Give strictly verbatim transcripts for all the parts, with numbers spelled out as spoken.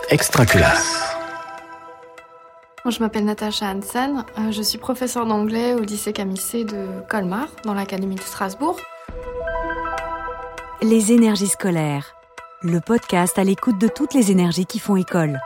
Extraculasse. Moi, je m'appelle Natacha Hansen, euh, je suis professeure d'anglais au lycée Camissé de Colmar, dans l'Académie de Strasbourg. Les énergies scolaires, le podcast à l'écoute de toutes les énergies qui font école.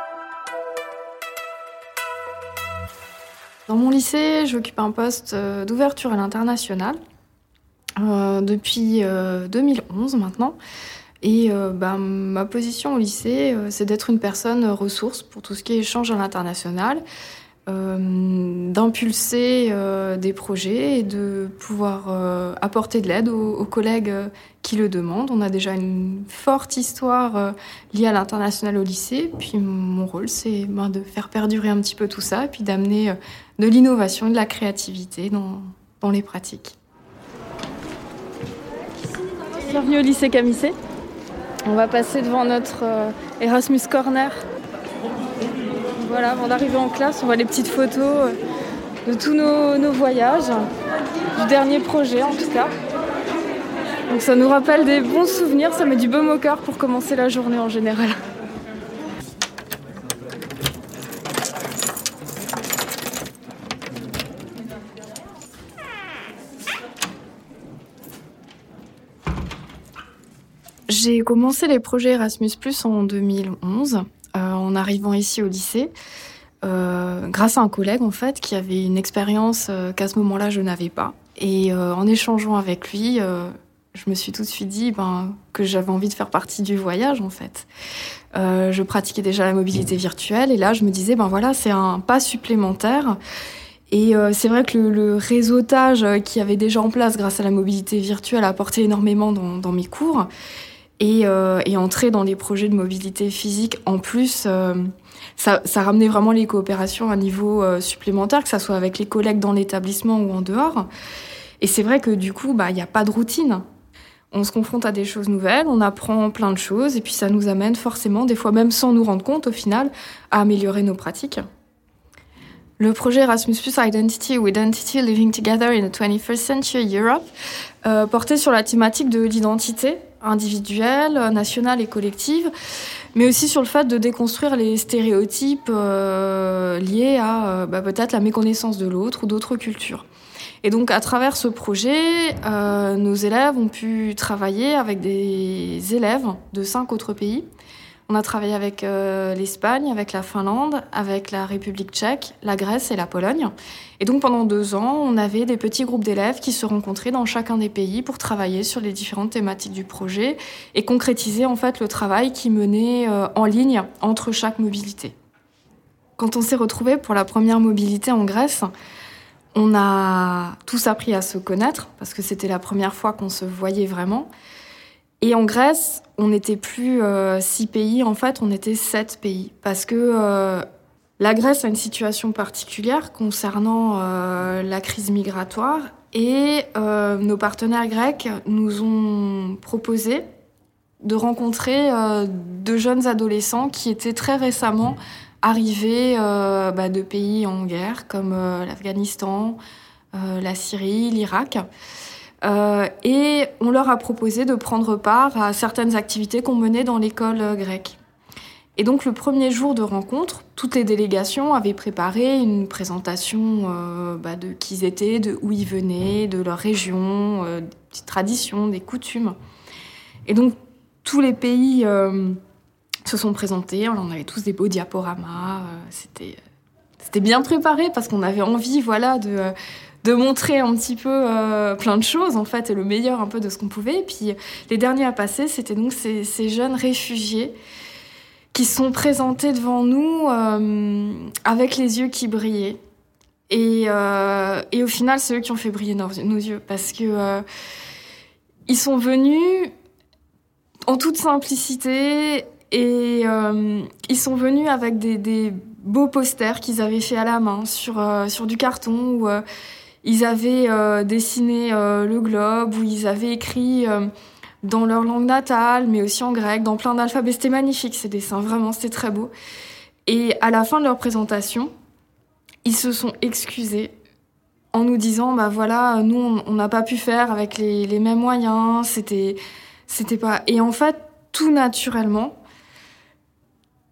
Dans mon lycée, j'occupe un poste d'ouverture à l'international euh, depuis euh, deux mille onze maintenant. Et euh, bah, ma position au lycée, euh, c'est d'être une personne ressource pour tout ce qui est échange à l'international, euh, d'impulser euh, des projets et de pouvoir euh, apporter de l'aide aux, aux collègues euh, qui le demandent. On a déjà une forte histoire euh, liée à l'international au lycée. Puis mon rôle, c'est ben, de faire perdurer un petit peu tout ça et puis d'amener euh, de l'innovation et de la créativité dans, dans les pratiques. Bienvenue au lycée Camissé. On va passer devant notre euh, Erasmus Corner. Voilà, avant d'arriver en classe, on voit les petites photos euh, de tous nos, nos voyages, du dernier projet en tout cas. Donc ça nous rappelle des bons souvenirs, ça met du baume au cœur pour commencer la journée en général. J'ai commencé les projets Erasmus plus, en deux mille onze, euh, en arrivant ici au lycée, euh, grâce à un collègue en fait qui avait une expérience euh, qu'à ce moment-là je n'avais pas. Et euh, en échangeant avec lui, euh, je me suis tout de suite dit ben, que j'avais envie de faire partie du voyage en fait. Euh, je pratiquais déjà la mobilité virtuelle et là je me disais ben voilà, c'est un pas supplémentaire. Et euh, c'est vrai que le, le réseautage qui avait déjà en place grâce à la mobilité virtuelle a apporté énormément dans, dans mes cours. Et, euh, et entrer dans les projets de mobilité physique, en plus, euh, ça, ça ramenait vraiment les coopérations à un niveau euh, supplémentaire, que ça soit avec les collègues dans l'établissement ou en dehors. Et c'est vrai que du coup, bah, y a pas de routine. On se confronte à des choses nouvelles, on apprend plein de choses, et puis ça nous amène forcément, des fois même sans nous rendre compte, au final, à améliorer nos pratiques. Le projet Erasmus plus Identity ou Identity Living Together in the twenty-first Century Europe euh, portait sur la thématique de l'identité individuelle, nationale et collective, mais aussi sur le fait de déconstruire les stéréotypes euh, liés à euh, bah, peut-être la méconnaissance de l'autre ou d'autres cultures. Et donc à travers ce projet, euh, nos élèves ont pu travailler avec des élèves de cinq autres pays. On a travaillé avec euh, l'Espagne, avec la Finlande, avec la République tchèque, la Grèce et la Pologne. Et donc pendant deux ans, on avait des petits groupes d'élèves qui se rencontraient dans chacun des pays pour travailler sur les différentes thématiques du projet et concrétiser en fait le travail qui menait euh, en ligne entre chaque mobilité. Quand on s'est retrouvés pour la première mobilité en Grèce, on a tous appris à se connaître parce que c'était la première fois qu'on se voyait vraiment. Et en Grèce, on n'était plus euh, six pays, en fait, on était sept pays. Parce que euh, la Grèce a une situation particulière concernant euh, la crise migratoire. Et euh, nos partenaires grecs nous ont proposé de rencontrer euh, de jeunes adolescents qui étaient très récemment arrivés euh, bah, de pays en guerre, comme euh, l'Afghanistan, euh, la Syrie, l'Irak. Euh, et on leur a proposé de prendre part à certaines activités qu'on menait dans l'école grecque. Et donc le premier jour de rencontre, toutes les délégations avaient préparé une présentation euh, bah, de qui ils étaient, de où ils venaient, de leur région, euh, des petites traditions, des coutumes. Et donc tous les pays euh, se sont présentés, on avait tous des beaux diaporamas, euh, c'était, c'était bien préparé parce qu'on avait envie voilà, de... Euh, de montrer un petit peu euh, plein de choses, en fait, et le meilleur un peu de ce qu'on pouvait. Et puis, les derniers à passer, c'était donc ces, ces jeunes réfugiés qui sont présentés devant nous euh, avec les yeux qui brillaient. Et, euh, et au final, c'est eux qui ont fait briller nos, nos yeux, parce que euh, ils sont venus en toute simplicité et euh, ils sont venus avec des, des beaux posters qu'ils avaient fait à la main sur, euh, sur du carton où... Euh, Ils avaient euh, dessiné euh, le globe, où ils avaient écrit euh, dans leur langue natale, mais aussi en grec, dans plein d'alphabets. C'était magnifique, ces dessins, vraiment, c'était très beau. Et à la fin de leur présentation, ils se sont excusés en nous disant, bah voilà, nous, on n'a pas pu faire avec les, les mêmes moyens, c'était, c'était pas... Et en fait, tout naturellement,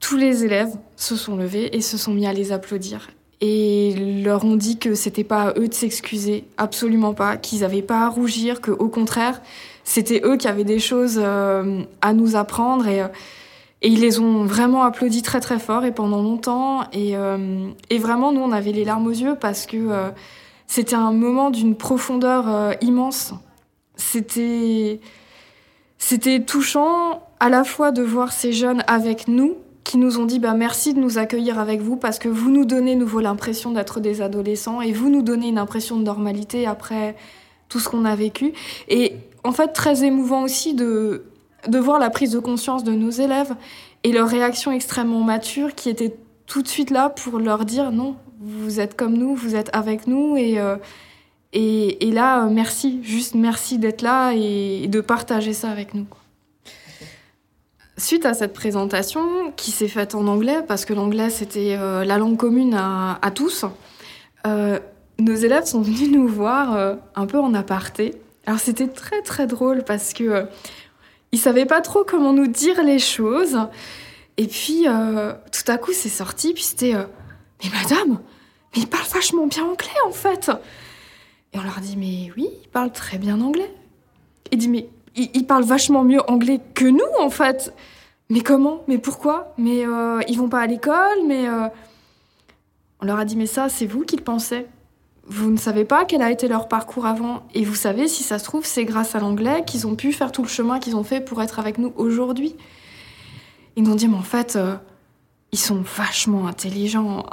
tous les élèves se sont levés et se sont mis à les applaudir. Et leur ont dit que c'était pas à eux de s'excuser, absolument pas, qu'ils n'avaient pas à rougir, qu'au contraire, c'était eux qui avaient des choses euh, à nous apprendre. Et, et ils les ont vraiment applaudis très très fort et pendant longtemps. Et, euh, et vraiment, nous, on avait les larmes aux yeux parce que euh, c'était un moment d'une profondeur euh, immense. C'était, c'était touchant à la fois de voir ces jeunes avec nous, qui nous ont dit bah, « merci de nous accueillir avec vous parce que vous nous donnez nouveau l'impression d'être des adolescents et vous nous donnez une impression de normalité après tout ce qu'on a vécu. » Et en fait, très émouvant aussi de, de voir la prise de conscience de nos élèves et leur réaction extrêmement mature qui était tout de suite là pour leur dire « non, vous êtes comme nous, vous êtes avec nous et, euh, et, et là, merci, juste merci d'être là et, et de partager ça avec nous. » Suite à cette présentation, qui s'est faite en anglais, parce que l'anglais, c'était euh, la langue commune à, à tous, euh, nos élèves sont venus nous voir euh, un peu en aparté. Alors, c'était très, très drôle, parce que euh, ils savaient pas trop comment nous dire les choses. Et puis, euh, tout à coup, c'est sorti, puis c'était euh, « Mais madame, mais il parle vachement bien anglais, en fait !» Et on leur dit « Mais oui, il parle très bien anglais. » Il dit « Mais... Ils, ils parlent vachement mieux anglais que nous, en fait. Mais comment ? Mais pourquoi ? Mais euh, ils vont pas à l'école, mais... Euh... On leur a dit, mais ça, c'est vous qui le pensez. Vous ne savez pas quel a été leur parcours avant. Et vous savez, si ça se trouve, c'est grâce à l'anglais qu'ils ont pu faire tout le chemin qu'ils ont fait pour être avec nous aujourd'hui. Ils nous ont dit, mais en fait, euh, ils sont vachement intelligents.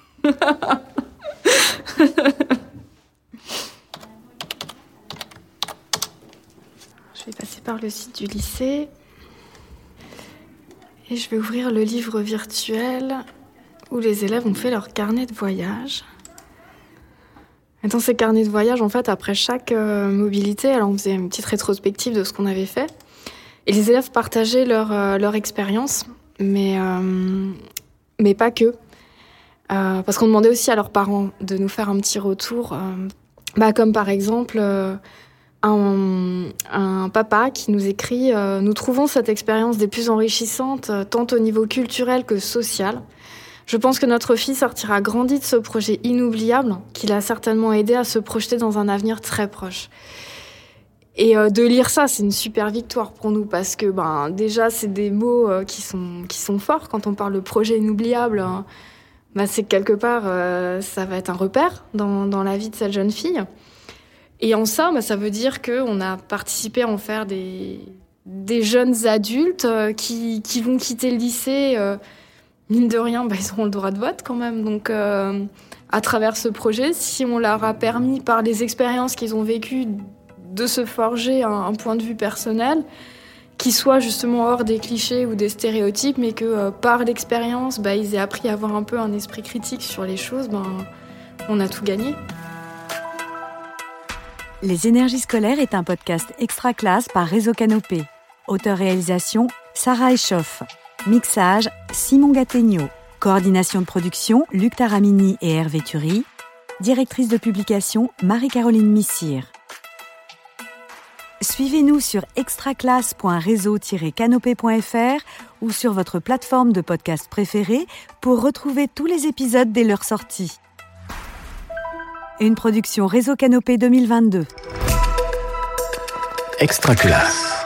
Je vais passer par le site du lycée et je vais ouvrir le livre virtuel où les élèves ont fait leur carnet de voyage. Et dans ces carnets de voyage, en fait, après chaque euh, mobilité, alors on faisait une petite rétrospective de ce qu'on avait fait et les élèves partageaient leur, euh, leur expérience, mais, euh, mais pas que. Euh, parce qu'on demandait aussi à leurs parents de nous faire un petit retour, euh, bah, comme par exemple... Euh, Un, un papa qui nous écrit euh, « Nous trouvons cette expérience des plus enrichissantes, euh, tant au niveau culturel que social. Je pense que notre fille sortira grandie de ce projet inoubliable qui l'a certainement aidé à se projeter dans un avenir très proche. » Et euh, de lire ça, c'est une super victoire pour nous parce que ben, déjà, c'est des mots euh, qui sont, qui sont forts. Quand on parle de projet inoubliable, hein, ben, c'est que quelque part, euh, ça va être un repère dans, dans la vie de cette jeune fille. Et en ça, bah, ça veut dire qu'on a participé à en faire des, des jeunes adultes euh, qui, qui vont quitter le lycée. Euh, mine de rien, bah, ils auront le droit de vote quand même. Donc, euh, à travers ce projet, si on leur a permis, par les expériences qu'ils ont vécues, de se forger un, un point de vue personnel, qui soit justement hors des clichés ou des stéréotypes, mais que euh, par l'expérience, bah, ils aient appris à avoir un peu un esprit critique sur les choses, bah, on a tout gagné. Les énergies scolaires est un podcast extra classe par Réseau Canopé. Auteur-réalisation, Sarah Echoff. Mixage, Simon Gattegno. Coordination de production, Luc Taramini et Hervé Thury. Directrice de publication, Marie-Caroline Missire. Suivez-nous sur extraclasse point réseau tiret canopé point f r ou sur votre plateforme de podcast préférée pour retrouver tous les épisodes dès leur sortie. Une production Réseau Canopé deux mille vingt-deux. Extra classe.